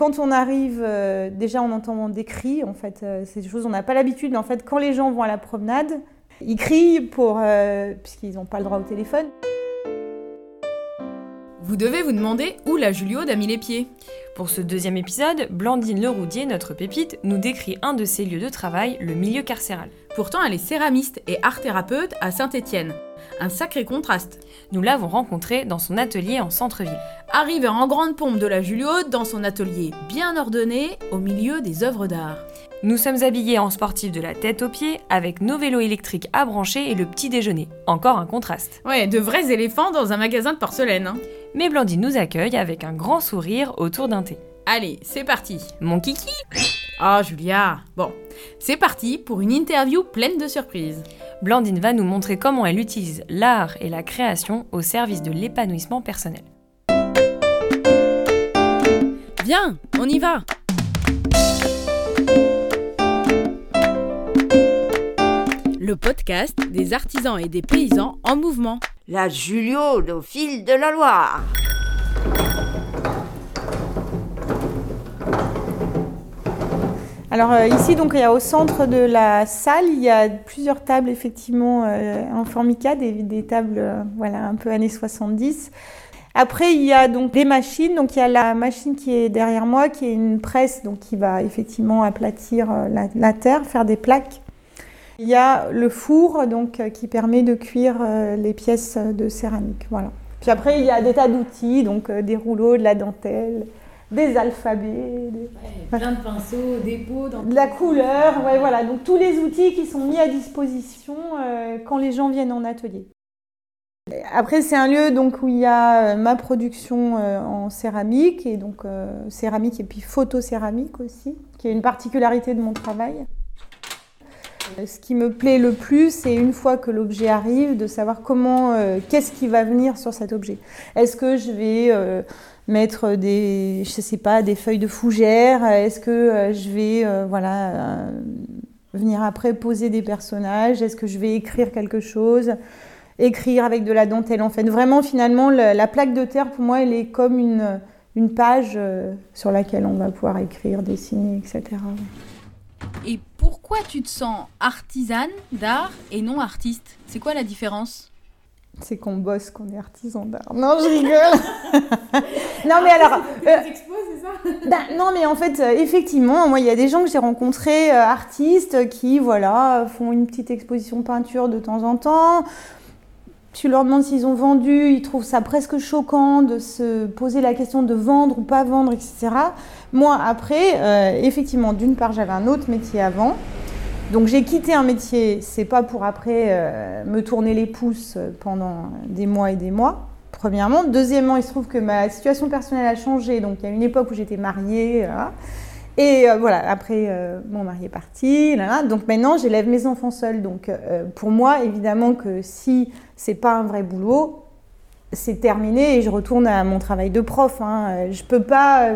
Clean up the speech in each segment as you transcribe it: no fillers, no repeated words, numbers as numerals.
Quand on arrive, déjà on entend des cris, en fait, c'est des choses on n'a pas l'habitude, mais en fait quand les gens vont à la promenade, ils crient puisqu'ils n'ont pas le droit au téléphone. Vous devez vous demander où la Juliaude a mis les pieds. Pour ce deuxième épisode, Blandine Leroudier, notre pépite, nous décrit un de ses lieux de travail, le milieu carcéral. Pourtant, elle est céramiste et art-thérapeute à Saint-Étienne. Un sacré contraste. Nous l'avons rencontrée dans son atelier en centre-ville. Arrivée en grande pompe de la Juliaude, dans son atelier bien ordonné, au milieu des œuvres d'art. Nous sommes habillés en sportifs de la tête aux pieds, avec nos vélos électriques à brancher et le petit déjeuner. Encore un contraste. Ouais, de vrais éléphants dans un magasin de porcelaine. Mais Blandine nous accueille avec un grand sourire autour d'un thé. Allez, c'est parti. Mon kiki. Oh Julia. Bon, c'est parti pour une interview pleine de surprises. Blandine va nous montrer comment elle utilise l'art et la création au service de l'épanouissement personnel. Viens, on y va. Le podcast des artisans et des paysans en mouvement. La Juliaude au fil de la Loire. Alors ici, donc, il y a au centre de la salle, il y a plusieurs tables effectivement en formica, des tables un peu années 70. Après, il y a donc des machines. Donc il y a la machine qui est derrière moi, qui est une presse, donc qui va effectivement aplatir la terre, faire des plaques. Il y a le four donc, qui permet de cuire les pièces de céramique. Voilà. Puis après, il y a des tas d'outils, donc des rouleaux, de la dentelle, des alphabets. Plein de pinceaux, des pots. De la couleur, voilà. Donc tous les outils qui sont mis à disposition quand les gens viennent en atelier. Après, c'est un lieu donc, où il y a ma production en céramique, et donc céramique et puis photocéramique aussi, qui est une particularité de mon travail. Ce qui me plaît le plus, c'est une fois que l'objet arrive, de savoir qu'est-ce qui va venir sur cet objet. Est-ce que je vais mettre des feuilles de fougère? Est-ce que je vais venir après poser des personnages? Est-ce que je vais écrire quelque chose? Écrire avec de la dentelle, en fait. Vraiment, finalement, la plaque de terre, pour moi, elle est comme une page sur laquelle on va pouvoir écrire, dessiner, etc. Et pourquoi tu te sens artisane d'art et non artiste? C'est quoi la différence? C'est qu'on bosse, qu'on est artisan d'art. Non, je rigole. Non, mais alors... expos, c'est ça? Non, mais en fait, effectivement, moi, il y a des gens que j'ai rencontrés, artistes, qui, font une petite exposition peinture de temps en temps. Tu leur demandes s'ils ont vendu, ils trouvent ça presque choquant de se poser la question de vendre ou pas vendre, etc. Moi, après, effectivement, d'une part, j'avais un autre métier avant. Donc, j'ai quitté un métier, c'est pas pour après me tourner les pouces pendant des mois et des mois, premièrement. Deuxièmement, il se trouve que ma situation personnelle a changé. Donc, il y a une époque où j'étais mariée, et après, mon mari est parti, donc maintenant, j'élève mes enfants seuls. Donc, pour moi, évidemment que si c'est pas un vrai boulot, c'est terminé et je retourne à mon travail de prof. Je peux pas,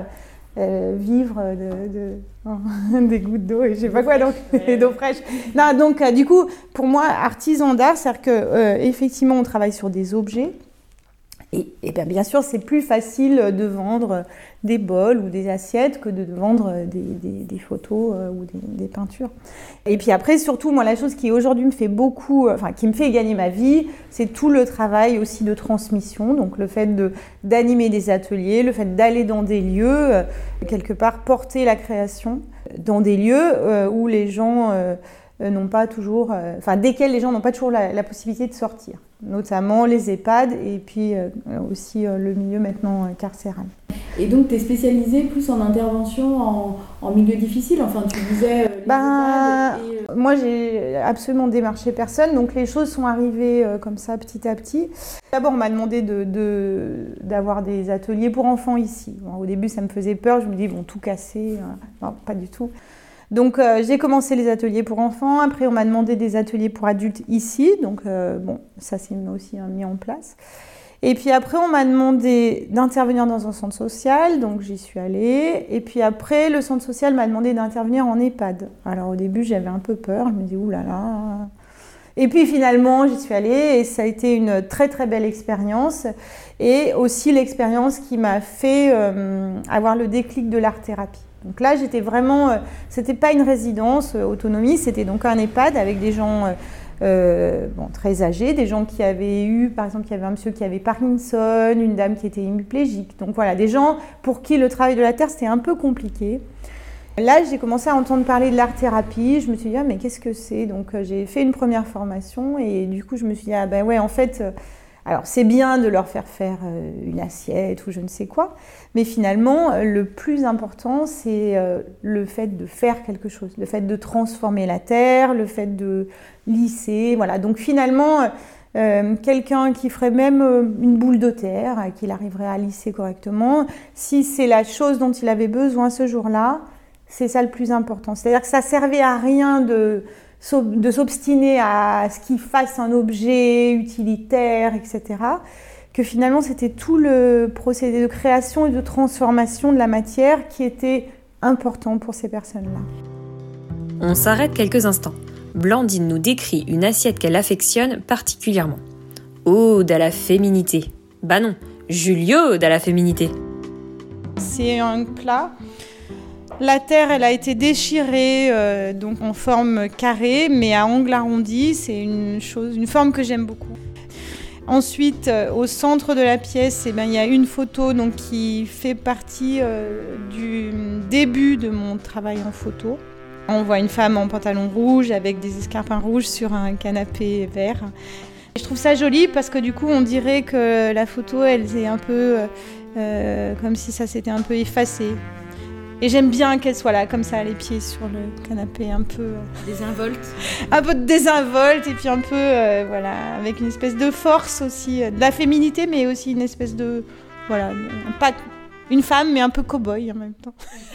vivre des gouttes d'eau et je sais pas quoi, donc d'eau fraîche. Non, donc, du coup, pour moi, artisan d'art, c'est-à-dire que effectivement, on travaille sur des objets. Et bien sûr, c'est plus facile de vendre des bols ou des assiettes que de vendre des photos ou des peintures. Et puis après, surtout, moi, la chose qui aujourd'hui me fait qui me fait gagner ma vie, c'est tout le travail aussi de transmission. Donc le fait d'animer des ateliers, le fait d'aller dans des lieux, quelque part porter la création dans des lieux où les gens n'ont pas toujours, desquels les gens n'ont pas toujours la possibilité de sortir, notamment les EHPAD et puis aussi le milieu maintenant carcéral. Et donc, tu es spécialisée plus en intervention en milieu difficile, enfin tu disais les EHPAD Moi, j'ai absolument démarché personne, donc les choses sont arrivées comme ça petit à petit. D'abord, on m'a demandé d'avoir des ateliers pour enfants ici. Bon, au début, ça me faisait peur, je me dis, ils vont tout casser. Non, pas du tout. Donc, j'ai commencé les ateliers pour enfants. Après, on m'a demandé des ateliers pour adultes ici. Donc, ça s'est aussi mis en place. Et puis après, on m'a demandé d'intervenir dans un centre social. Donc, j'y suis allée. Et puis après, le centre social m'a demandé d'intervenir en EHPAD. Alors, au début, j'avais un peu peur. Je me dis, oulala. Et puis finalement, j'y suis allée et ça a été une très très belle expérience et aussi l'expérience qui m'a fait avoir le déclic de l'art-thérapie. Donc là, j'étais vraiment, c'était pas une résidence autonomie, c'était donc un EHPAD avec des gens très âgés, des gens qui avaient eu, par exemple, il y avait un monsieur qui avait Parkinson, une dame qui était hémiplégique. Donc voilà, des gens pour qui le travail de la terre, c'était un peu compliqué. Là, j'ai commencé à entendre parler de l'art-thérapie. Je me suis dit, mais qu'est-ce que c'est ? Donc, j'ai fait une première formation et du coup, je me suis dit, en fait, alors c'est bien de leur faire une assiette ou je ne sais quoi, mais finalement, le plus important, c'est le fait de faire quelque chose, le fait de transformer la terre, le fait de lisser, voilà. Donc, finalement, quelqu'un qui ferait même une boule de terre, qu'il arriverait à lisser correctement, si c'est la chose dont il avait besoin ce jour-là, c'est ça le plus important. C'est-à-dire que ça ne servait à rien de s'obstiner à ce qu'il fasse un objet utilitaire, etc. Que finalement, c'était tout le procédé de création et de transformation de la matière qui était important pour ces personnes-là. On s'arrête quelques instants. Blandine nous décrit une assiette qu'elle affectionne particulièrement. Ode à la féminité. Bah non, Juliaude à la féminité. C'est un plat. La terre, elle a été déchirée donc en forme carrée, mais à angle arrondi. C'est une forme que j'aime beaucoup. Ensuite, au centre de la pièce, il y a une photo donc, qui fait partie du début de mon travail en photo. On voit une femme en pantalon rouge avec des escarpins rouges sur un canapé vert. Je trouve ça joli parce que du coup, on dirait que la photo, elle est un peu comme si ça s'était un peu effacé. Et j'aime bien qu'elle soit là, comme ça, les pieds sur le canapé, un peu... désinvolte. Un peu désinvolte, et puis un peu, avec une espèce de force aussi, de la féminité, mais aussi une espèce de... Voilà, pas une femme, mais un peu cow-boy en même temps.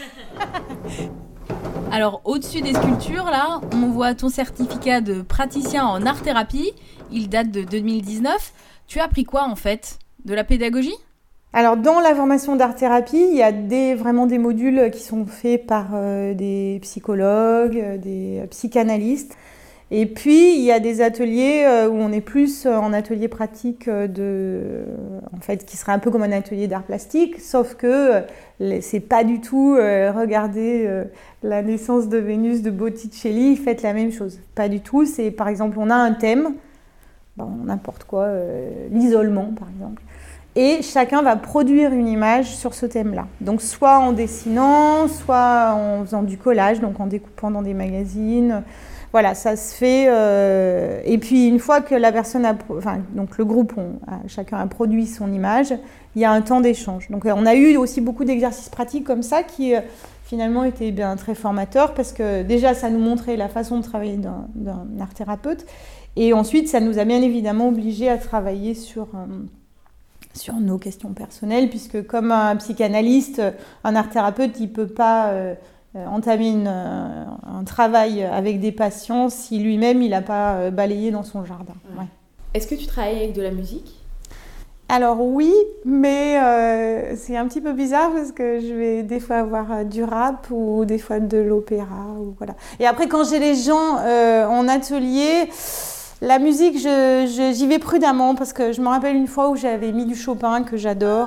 Alors, au-dessus des sculptures, là, on voit ton certificat de praticien en art-thérapie. Il date de 2019. Tu as appris quoi, en fait ? De la pédagogie ? Alors, dans la formation d'art-thérapie, il y a vraiment des modules qui sont faits par des psychologues, des psychanalystes. Et puis, il y a des ateliers où on est plus en atelier pratique qui serait un peu comme un atelier d'art plastique, sauf que c'est pas du tout regarder la naissance de Vénus de Botticelli, faites la même chose. Pas du tout. C'est, par exemple, on a un thème, n'importe quoi, l'isolement, par exemple. Et chacun va produire une image sur ce thème-là. Donc soit en dessinant, soit en faisant du collage, donc en découpant dans des magazines. Voilà, ça se fait. Et puis une fois que la personne donc le groupe, chacun a produit son image, il y a un temps d'échange. Donc on a eu aussi beaucoup d'exercices pratiques comme ça qui finalement étaient très formateurs parce que déjà ça nous montrait la façon de travailler d'un art thérapeute. Et ensuite ça nous a bien évidemment obligés à travailler sur nos questions personnelles, puisque comme un psychanalyste, un art-thérapeute, il ne peut pas entamer un travail avec des patients si lui-même, il n'a pas balayé dans son jardin. Ouais. Est-ce que tu travailles avec de la musique ? Alors oui, mais c'est un petit peu bizarre parce que je vais des fois avoir du rap ou des fois de l'opéra. Voilà. Et après, quand j'ai les gens en atelier... La musique, j'y vais prudemment parce que je me rappelle une fois où j'avais mis du Chopin que j'adore.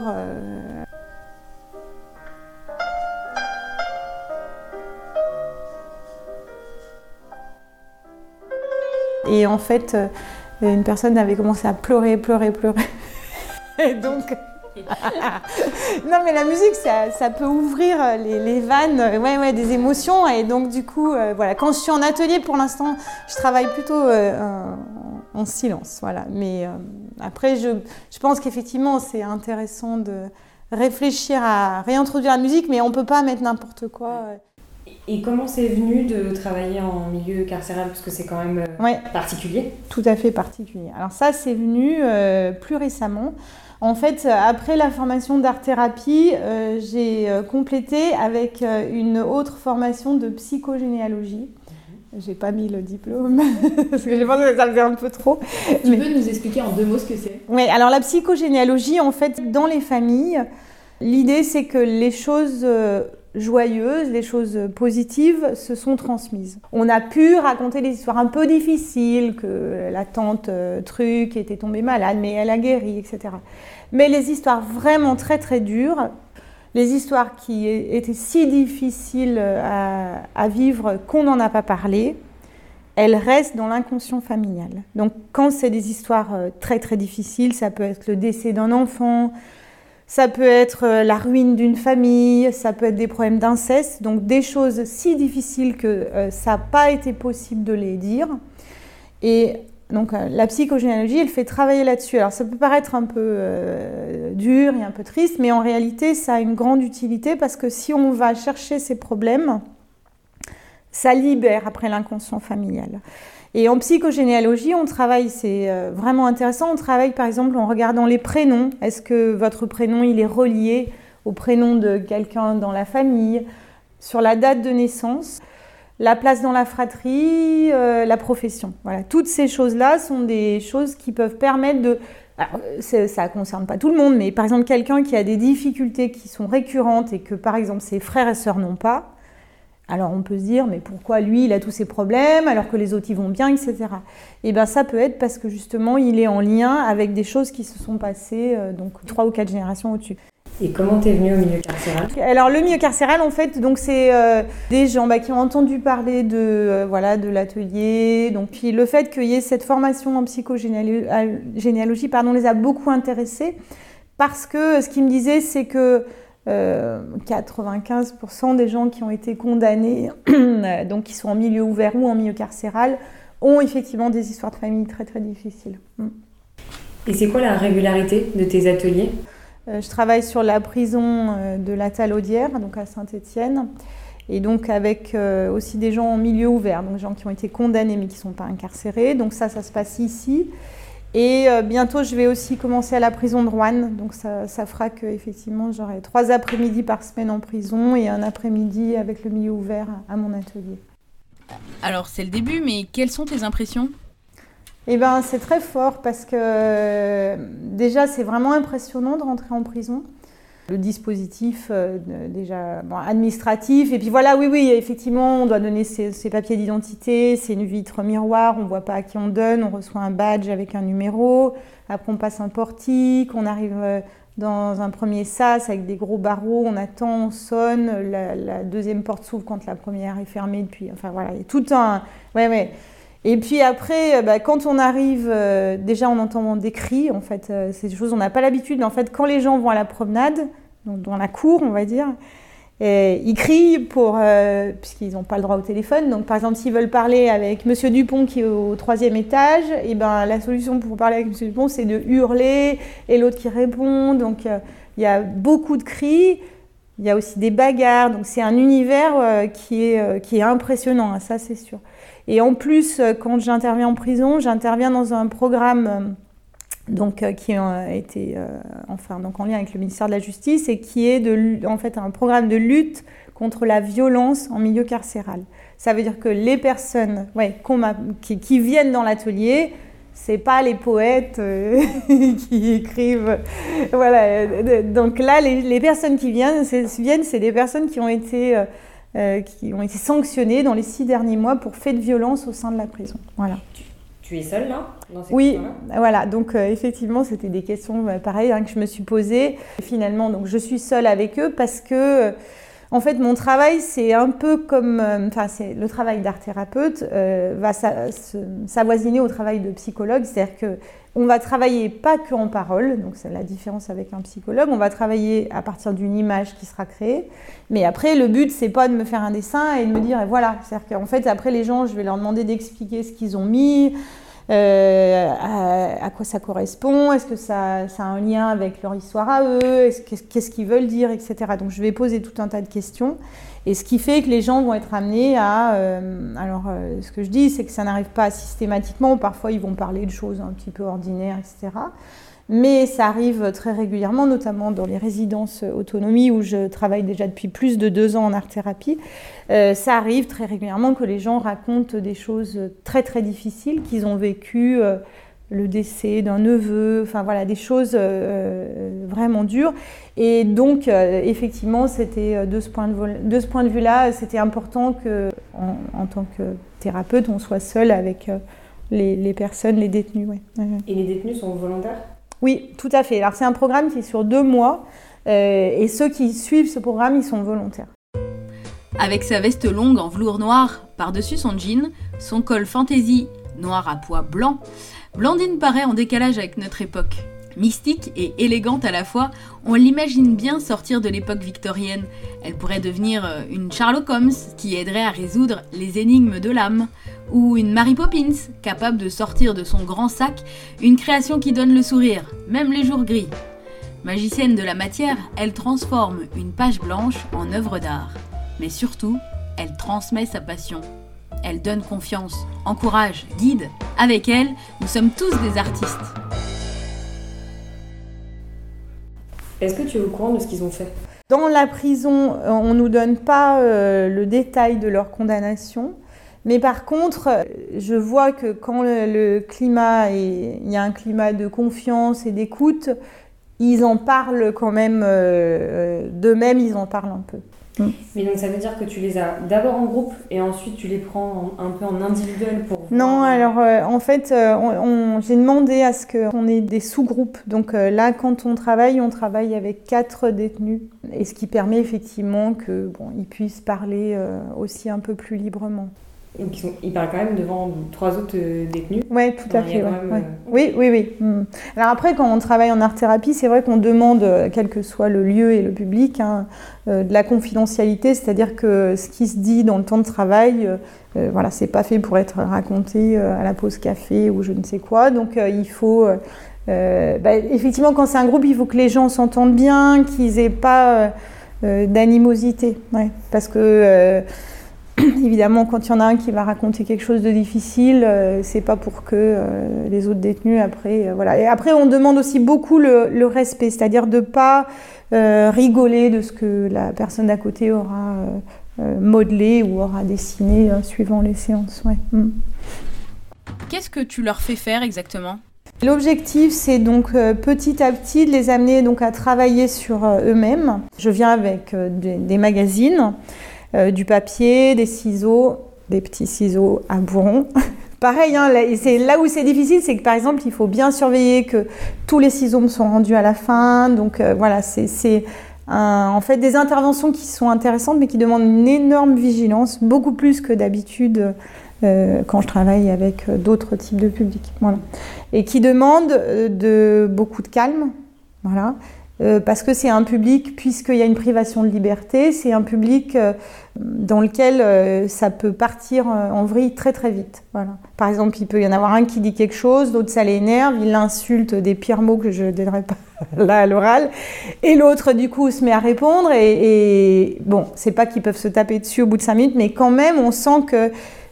Et en fait, une personne avait commencé à pleurer. Et donc... Non mais la musique ça peut ouvrir les vannes des émotions et donc du coup quand je suis en atelier pour l'instant je travaille plutôt en silence mais après je pense qu'effectivement c'est intéressant de réfléchir à réintroduire la musique mais on peut pas mettre n'importe quoi. Et comment c'est venu de travailler en milieu carcéral parce que c'est quand même particulier ? Tout à fait particulier. Alors ça c'est venu plus récemment. En fait, après la formation d'art-thérapie, j'ai complété avec une autre formation de psychogénéalogie. J'ai pas mis le diplôme, parce que j'ai pensé que ça faisait un peu trop. Tu peux nous expliquer en 2 mots ce que c'est ? Oui, alors la psychogénéalogie, en fait, dans les familles, L'idée, c'est que les choses joyeuses, les choses positives se sont transmises. On a pu raconter des histoires un peu difficiles, que la tante truc était tombée malade, mais elle a guéri, etc. Mais les histoires vraiment très très dures, les histoires qui étaient si difficiles à vivre qu'on n'en a pas parlé, elles restent dans l'inconscient familial. Donc quand c'est des histoires très très difficiles, ça peut être le décès d'un enfant, ça peut être la ruine d'une famille, ça peut être des problèmes d'inceste, donc des choses si difficiles que ça n'a pas été possible de les dire. Et donc la psychogénéalogie, elle fait travailler là-dessus. Alors ça peut paraître un peu dur et un peu triste, mais en réalité, ça a une grande utilité parce que si on va chercher ces problèmes, ça libère après l'inconscient familial. Et en psychogénéalogie, on travaille, c'est vraiment intéressant, on travaille par exemple en regardant les prénoms. Est-ce que votre prénom il est relié au prénom de quelqu'un dans la famille, sur la date de naissance, la place dans la fratrie, la profession. Voilà, toutes ces choses-là sont des choses qui peuvent permettre de... Alors, ça ne concerne pas tout le monde, mais par exemple quelqu'un qui a des difficultés qui sont récurrentes et que par exemple ses frères et sœurs n'ont pas, alors on peut se dire, mais pourquoi lui, il a tous ces problèmes alors que les autres, ils vont bien, etc. Et bien ça peut être parce que justement, il est en lien avec des choses qui se sont passées donc 3 ou 4 générations au-dessus. Et comment t'es venue au milieu carcéral ? Alors le milieu carcéral, en fait, donc c'est des gens qui ont entendu parler de l'atelier. Donc puis le fait qu'il y ait cette formation en psychogénéalogie, les a beaucoup intéressés parce que ce qu'ils me disaient, c'est que 95% des gens qui ont été condamnés, donc qui sont en milieu ouvert ou en milieu carcéral, ont effectivement des histoires de famille très très difficiles. Et c'est quoi la régularité de tes ateliers ? Je travaille sur la prison de la Talaudière, donc à Saint-Étienne, et donc avec aussi des gens en milieu ouvert, donc des gens qui ont été condamnés mais qui ne sont pas incarcérés. Donc ça se passe ici. Et bientôt, je vais aussi commencer à la prison de Roanne. Donc ça fera qu'effectivement, j'aurai 3 après-midi par semaine en prison et un après-midi avec le milieu ouvert à mon atelier. Alors, c'est le début, mais quelles sont tes impressions ? Eh bien, c'est très fort parce que déjà, c'est vraiment impressionnant de rentrer en prison. Le dispositif déjà administratif. Et puis voilà, oui, effectivement, on doit donner ses papiers d'identité, c'est une vitre miroir, on ne voit pas à qui on donne, on reçoit un badge avec un numéro, après on passe un portique, on arrive dans un premier sas avec des gros barreaux, on attend, on sonne, la deuxième porte s'ouvre quand la première est fermée depuis, enfin voilà, il y a tout un... Ouais. Et puis après, quand on arrive, déjà on entend des cris, en fait, c'est des choses on n'a pas l'habitude, mais en fait quand les gens vont à la promenade, donc dans la cour on va dire, ils crient puisqu'ils n'ont pas le droit au téléphone, donc par exemple s'ils veulent parler avec Monsieur Dupont qui est au 3e étage, et la solution pour parler avec Monsieur Dupont c'est de hurler, et l'autre qui répond, donc il y a beaucoup de cris. Il y a aussi des bagarres, donc c'est un univers qui est impressionnant, hein, ça c'est sûr. Et en plus, quand j'interviens en prison, j'interviens dans un programme qui a été en lien avec le ministère de la Justice et qui est un programme de lutte contre la violence en milieu carcéral. Ça veut dire que les personnes qui viennent dans l'atelier, c'est pas les poètes qui écrivent. Voilà. Donc là, les personnes qui viennent, c'est des personnes qui ont été sanctionnées dans les 6 derniers mois pour faits de violence au sein de la prison. Voilà. Tu es seule là dans ces Oui, voilà. Donc effectivement, c'était des questions pareilles que je me suis posées. Et finalement, donc je suis seule avec eux parce que en fait, mon travail, c'est un peu comme... c'est le travail d'art-thérapeute va s'avoisiner au travail de psychologue. C'est-à-dire qu'on va travailler pas qu'en parole, donc c'est la différence avec un psychologue. On va travailler à partir d'une image qui sera créée. Mais après, le but, c'est pas de me faire un dessin et de me dire, et voilà. C'est-à-dire qu'en fait, après, les gens, je vais leur demander d'expliquer ce qu'ils ont mis, à quoi ça correspond, est-ce que ça a un lien avec leur histoire à eux, qu'est-ce qu'ils veulent dire, etc. Donc je vais poser tout un tas de questions, et ce qui fait que les gens vont être amenés à... ce que je dis, c'est que ça n'arrive pas systématiquement, parfois ils vont parler de choses un petit peu ordinaires, etc. Mais ça arrive très régulièrement, notamment dans les résidences autonomie où je travaille déjà depuis plus de 2 ans en art-thérapie. Ça arrive très régulièrement que les gens racontent des choses très très difficiles qu'ils ont vécues le décès d'un neveu, enfin voilà, des choses vraiment dures. Et donc, effectivement, c'était de ce point de vue-là, c'était important que, en tant que thérapeute, on soit seul avec les personnes, les détenus. Ouais. Et les détenus sont volontaires ? Oui, tout à fait. Alors, c'est un programme qui est sur 2 mois, et ceux qui suivent ce programme, ils sont volontaires. Avec sa veste longue en velours noir par-dessus son jean, son col fantaisie noir à pois blanc, Blandine paraît en décalage avec notre époque. Mystique et élégante à la fois, on l'imagine bien sortir de l'époque victorienne. Elle pourrait devenir une Sherlock Holmes qui aiderait à résoudre les énigmes de l'âme, ou une Mary Poppins capable de sortir de son grand sac une création qui donne le sourire, même les jours gris. Magicienne de la matière, elle transforme une page blanche en œuvre d'art. Mais surtout, elle transmet sa passion. Elle donne confiance, encourage, guide. Avec elle, nous sommes tous des artistes. Est-ce que tu es au courant de ce qu'ils ont fait ? Dans la prison, on ne nous donne pas le détail de leur condamnation. Mais par contre, je vois que quand il y a un climat de confiance et d'écoute, ils en parlent quand même, d'eux-mêmes, ils en parlent un peu. Mais donc ça veut dire que tu les as d'abord en groupe et ensuite tu les prends un peu en individuel pour... Non, alors en fait, j'ai demandé à ce qu'on ait des sous-groupes. Donc là, quand on travaille avec 4 détenus. Et ce qui permet effectivement qu'ils puissent parler aussi un peu plus librement. Donc ils parlent quand même devant 3 autres détenus. Oui, tout à fait. Même... Oui. Alors après, quand on travaille en art-thérapie, c'est vrai qu'on demande, quel que soit le lieu et le public, de la confidentialité, c'est-à-dire que ce qui se dit dans le temps de travail, c'est pas fait pour être raconté à la pause café ou je ne sais quoi. Donc il faut... effectivement, quand c'est un groupe, il faut que les gens s'entendent bien, qu'ils aient pas d'animosité. Ouais, parce que... évidemment, quand il y en a un qui va raconter quelque chose de difficile, c'est pas pour que les autres détenus après, voilà. Et après, on demande aussi beaucoup le respect, c'est-à-dire de pas rigoler de ce que la personne d'à côté aura modelé ou aura dessiné suivant les séances. Ouais. Qu'est-ce que tu leur fais faire exactement ? L'objectif, c'est donc petit à petit de les amener donc à travailler sur eux-mêmes. Je viens avec des magazines. Du papier, des ciseaux, des petits ciseaux à bourron. Pareil, c'est là où c'est difficile, c'est que par exemple, il faut bien surveiller que tous les ciseaux me sont rendus à la fin. Donc voilà, c'est en fait des interventions qui sont intéressantes, mais qui demandent une énorme vigilance, beaucoup plus que d'habitude quand je travaille avec d'autres types de publics. Voilà. Et qui demandent beaucoup de calme. Voilà. Parce que c'est un public, puisqu'il y a une privation de liberté, c'est un public dans lequel ça peut partir en vrille très très vite. Voilà. Par exemple, il peut y en avoir un qui dit quelque chose, l'autre ça l'énerve, il l'insulte des pires mots que je ne donnerai pas là à l'oral, et l'autre du coup se met à répondre, et bon, c'est pas qu'ils peuvent se taper dessus au bout de 5 minutes, mais quand même on sent que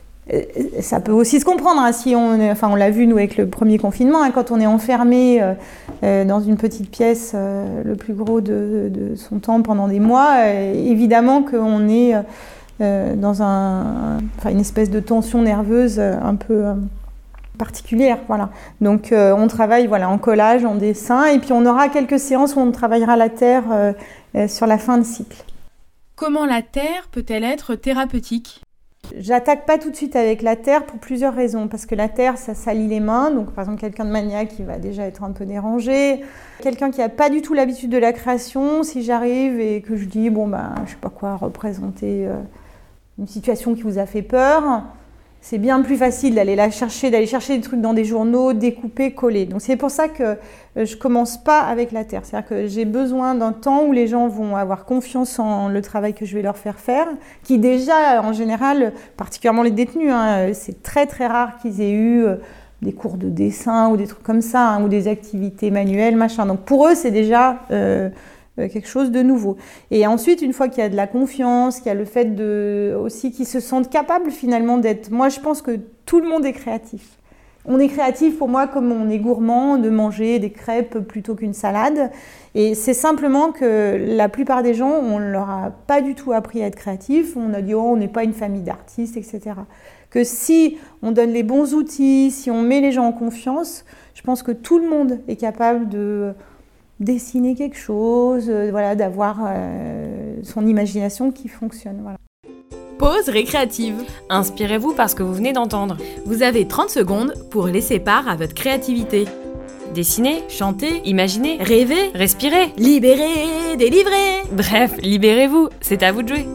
ça peut aussi se comprendre, si on l'a vu nous avec le premier confinement, quand on est enfermé dans une petite pièce le plus gros de son temps pendant des mois, évidemment qu'on est dans une espèce de tension nerveuse un peu particulière, voilà. Donc on travaille en collage, en dessin, et puis on aura quelques séances où on travaillera la terre sur la fin de cycle. Comment la terre peut-elle être thérapeutique ? J'attaque pas tout de suite avec la terre pour plusieurs raisons, parce que la terre, ça salit les mains, donc par exemple quelqu'un de maniaque qui va déjà être un peu dérangé, quelqu'un qui a pas du tout l'habitude de la création, si j'arrive et que je dis je sais pas quoi, représenter une situation qui vous a fait peur, c'est bien plus facile d'aller chercher des trucs dans des journaux, découper, coller. Donc c'est pour ça que je commence pas avec la terre. C'est-à-dire que j'ai besoin d'un temps où les gens vont avoir confiance en le travail que je vais leur faire faire, qui déjà, en général, particulièrement les détenus, c'est très très rare qu'ils aient eu des cours de dessin ou des trucs comme ça, ou des activités manuelles, machin. Donc pour eux, c'est déjà quelque chose de nouveau. Et ensuite, une fois qu'il y a de la confiance, qu'il y a le fait aussi qu'ils se sentent capables finalement d'être... Moi, je pense que tout le monde est créatif. On est créatif pour moi comme on est gourmand de manger des crêpes plutôt qu'une salade. Et c'est simplement que la plupart des gens, on ne leur a pas du tout appris à être créatif. On a dit, on n'est pas une famille d'artistes, etc. Que si on donne les bons outils, si on met les gens en confiance, je pense que tout le monde est capable de dessiner quelque chose, d'avoir son imagination qui fonctionne. Voilà. Pause récréative. Inspirez-vous par ce que vous venez d'entendre. Vous avez 30 secondes pour laisser part à votre créativité. Dessiner, Chanter, imaginer, rêver, respirer. libérer, délivrer. Bref, libérez-vous, c'est à vous de jouer.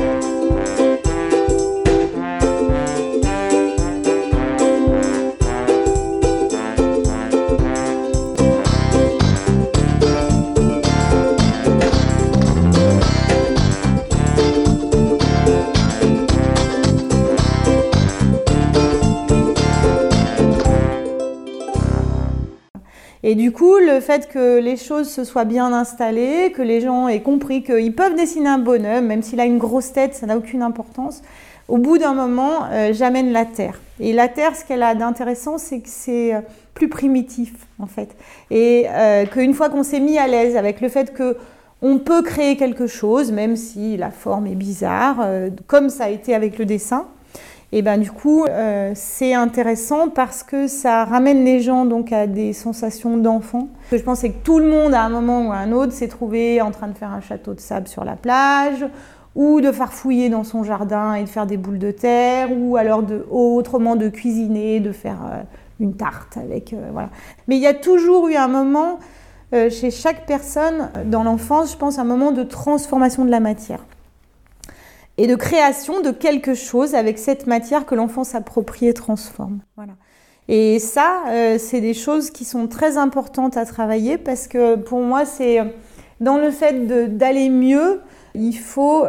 Et du coup, le fait que les choses se soient bien installées, que les gens aient compris qu'ils peuvent dessiner un bonhomme, même s'il a une grosse tête, ça n'a aucune importance, au bout d'un moment, j'amène la terre. Et la terre, ce qu'elle a d'intéressant, c'est que c'est plus primitif, en fait. Et qu'une fois qu'on s'est mis à l'aise avec le fait qu'on peut créer quelque chose, même si la forme est bizarre, comme ça a été avec le dessin, et ben du coup, c'est intéressant parce que ça ramène les gens donc à des sensations d'enfant. Ce que je pense, c'est que tout le monde, à un moment ou à un autre, s'est trouvé en train de faire un château de sable sur la plage, ou de farfouiller dans son jardin et de faire des boules de terre, ou alors autrement de cuisiner, de faire une tarte avec voilà. Mais il y a toujours eu un moment chez chaque personne dans l'enfance, je pense, un moment de transformation de la matière. Et de création de quelque chose avec cette matière que l'enfant s'approprie et transforme. Voilà. Et ça, c'est des choses qui sont très importantes à travailler parce que pour moi, c'est dans le fait d'aller mieux, il faut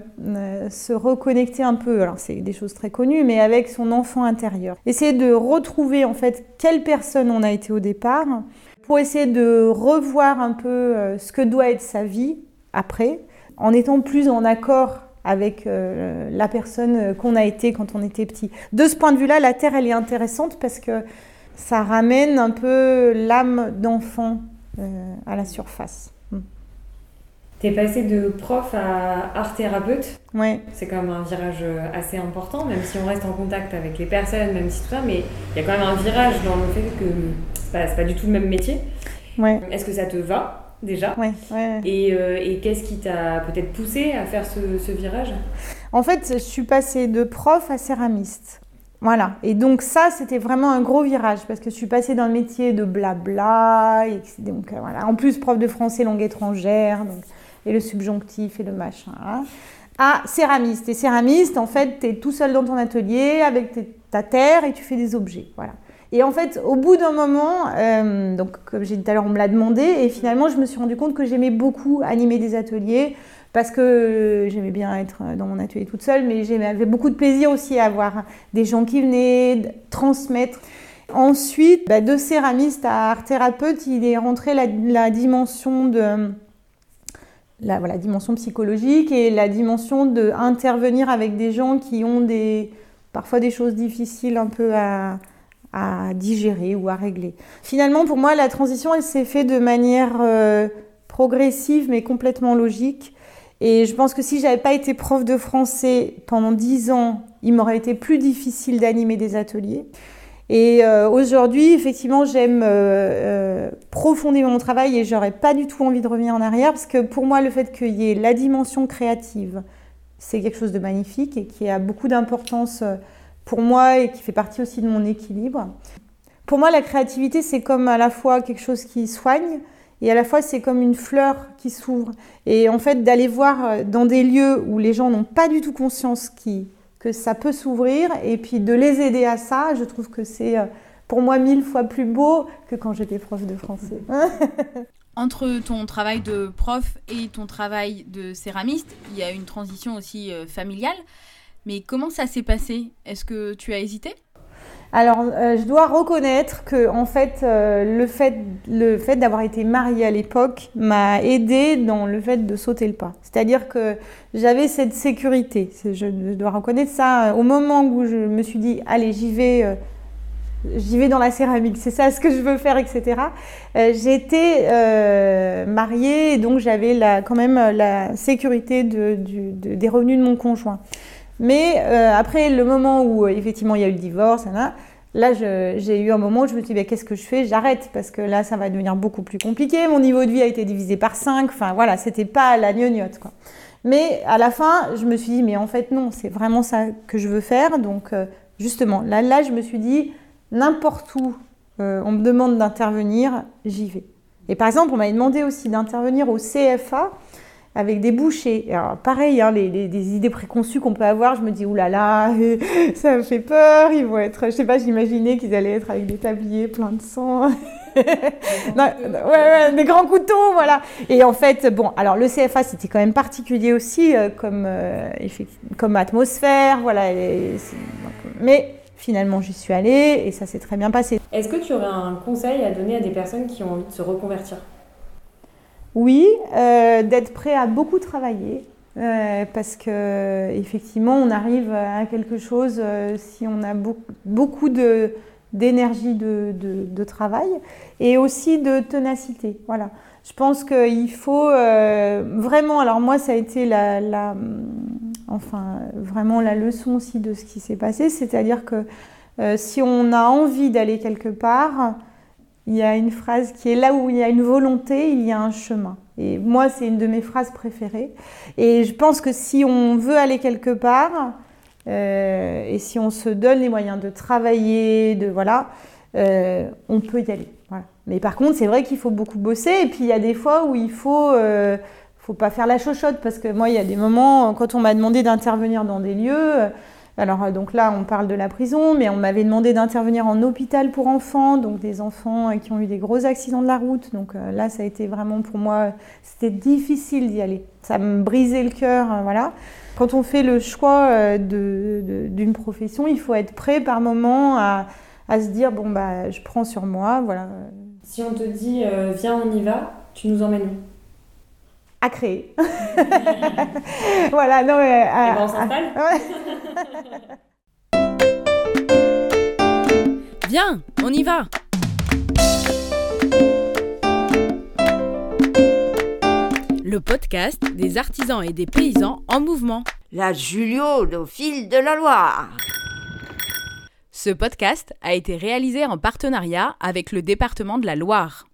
se reconnecter un peu, alors c'est des choses très connues, mais avec son enfant intérieur. Essayer de retrouver en fait quelle personne on a été au départ pour essayer de revoir un peu ce que doit être sa vie après, en étant plus en accord avec la personne qu'on a été quand on était petit. De ce point de vue-là, la Terre, elle est intéressante parce que ça ramène un peu l'âme d'enfant à la surface. T'es passée de prof à art thérapeute. Ouais. C'est quand même un virage assez important, même si on reste en contact avec les personnes, même si tout ça, mais il y a quand même un virage dans le fait que c'est pas du tout le même métier. Ouais. Est-ce que ça te va déjà? Ouais. Et qu'est-ce qui t'a peut-être poussé à faire ce virage? En fait, je suis passée de prof à céramiste. Voilà. Et donc ça, c'était vraiment un gros virage parce que je suis passée d'un métier de blabla, et donc voilà. En plus, prof de français langue étrangère, donc, et le subjonctif et le machin, hein, à céramiste. Et céramiste, en fait, t'es tout seul dans ton atelier avec ta terre et tu fais des objets. Voilà. Et en fait, au bout d'un moment, donc comme j'ai dit tout à l'heure, on me l'a demandé, et finalement, je me suis rendu compte que j'aimais beaucoup animer des ateliers, parce que j'aimais bien être dans mon atelier toute seule, mais j'avais beaucoup de plaisir aussi à avoir des gens qui venaient, transmettre. Ensuite, de céramiste à art thérapeute, il est rentré la dimension la dimension psychologique et la dimension d'intervenir avec des gens qui ont parfois des choses difficiles un peu à digérer ou à régler. Finalement, pour moi, la transition, elle s'est faite de manière progressive, mais complètement logique. Et je pense que si je n'avais pas été prof de français pendant 10 ans, il m'aurait été plus difficile d'animer des ateliers. Et aujourd'hui, effectivement, j'aime profondément mon travail et je n'aurais pas du tout envie de revenir en arrière parce que pour moi, le fait qu'il y ait la dimension créative, c'est quelque chose de magnifique et qui a beaucoup d'importance pour moi et qui fait partie aussi de mon équilibre. Pour moi, la créativité, c'est comme à la fois quelque chose qui soigne et à la fois, c'est comme une fleur qui s'ouvre. Et en fait, d'aller voir dans des lieux où les gens n'ont pas du tout conscience que ça peut s'ouvrir et puis de les aider à ça, je trouve que c'est pour moi 1000 fois plus beau que quand j'étais prof de français. Entre ton travail de prof et ton travail de céramiste, il y a une transition aussi familiale. Mais comment ça s'est passé? Est-ce que tu as hésité? Alors, je dois reconnaître que en fait, le fait d'avoir été mariée à l'époque m'a aidée dans le fait de sauter le pas. C'est-à-dire que j'avais cette sécurité. Je dois reconnaître ça. Au moment où je me suis dit, allez, j'y vais, j'y vais dans la céramique, c'est ça ce que je veux faire, etc. J'étais mariée, et donc j'avais quand même la sécurité des revenus de mon conjoint. Mais après le moment où effectivement il y a eu le divorce, là j'ai eu un moment où je me suis dit qu'est-ce que je fais ? J'arrête parce que là ça va devenir beaucoup plus compliqué. Mon niveau de vie a été divisé par 5. Enfin voilà, c'était pas la gnognotte quoi. Mais à la fin, je me suis dit mais en fait non, c'est vraiment ça que je veux faire. Donc justement là je me suis dit n'importe où on me demande d'intervenir, j'y vais. Et par exemple, on m'avait demandé aussi d'intervenir au CFA avec des bouchers. Alors pareil, des idées préconçues qu'on peut avoir, je me dis oulala, ça me fait peur, ils vont être, je sais pas, j'imaginais qu'ils allaient être avec des tabliers pleins de sang. Des grands couteaux, voilà. Et en fait, bon, alors le CFA c'était quand même particulier aussi comme atmosphère, voilà. Mais finalement, j'y suis allée et ça s'est très bien passé. Est-ce que tu aurais un conseil à donner à des personnes qui ont envie de se reconvertir ? Oui, d'être prêt à beaucoup travailler parce que effectivement, on arrive à quelque chose si on a beaucoup d'énergie de travail et aussi de ténacité. Voilà. Je pense qu'il faut vraiment. Alors moi, ça a été vraiment la leçon aussi de ce qui s'est passé, c'est-à-dire que si on a envie d'aller quelque part, il y a une phrase qui est là où il y a une volonté, il y a un chemin. Et moi, c'est une de mes phrases préférées. Et je pense que si on veut aller quelque part, et si on se donne les moyens de travailler, on peut y aller. Voilà. Mais par contre, c'est vrai qu'il faut beaucoup bosser. Et puis, il y a des fois où il faut pas faire la chochotte. Parce que moi, il y a des moments, quand on m'a demandé d'intervenir dans des lieux... Alors, donc là, on parle de la prison, mais on m'avait demandé d'intervenir en hôpital pour enfants, donc des enfants qui ont eu des gros accidents de la route. Donc là, ça a été vraiment pour moi, c'était difficile d'y aller. Ça me brisait le cœur, voilà. Quand on fait le choix d'une profession, il faut être prêt par moment à se dire, bon, bah, je prends sur moi, voilà. Si on te dit, viens, on y va, tu nous emmènes où ? À créer. Voilà, non mais... Et ben on s'installe. Viens, on y va. Le podcast des artisans et des paysans en mouvement. La Juliaude au fil de la Loire. Ce podcast a été réalisé en partenariat avec le département de la Loire.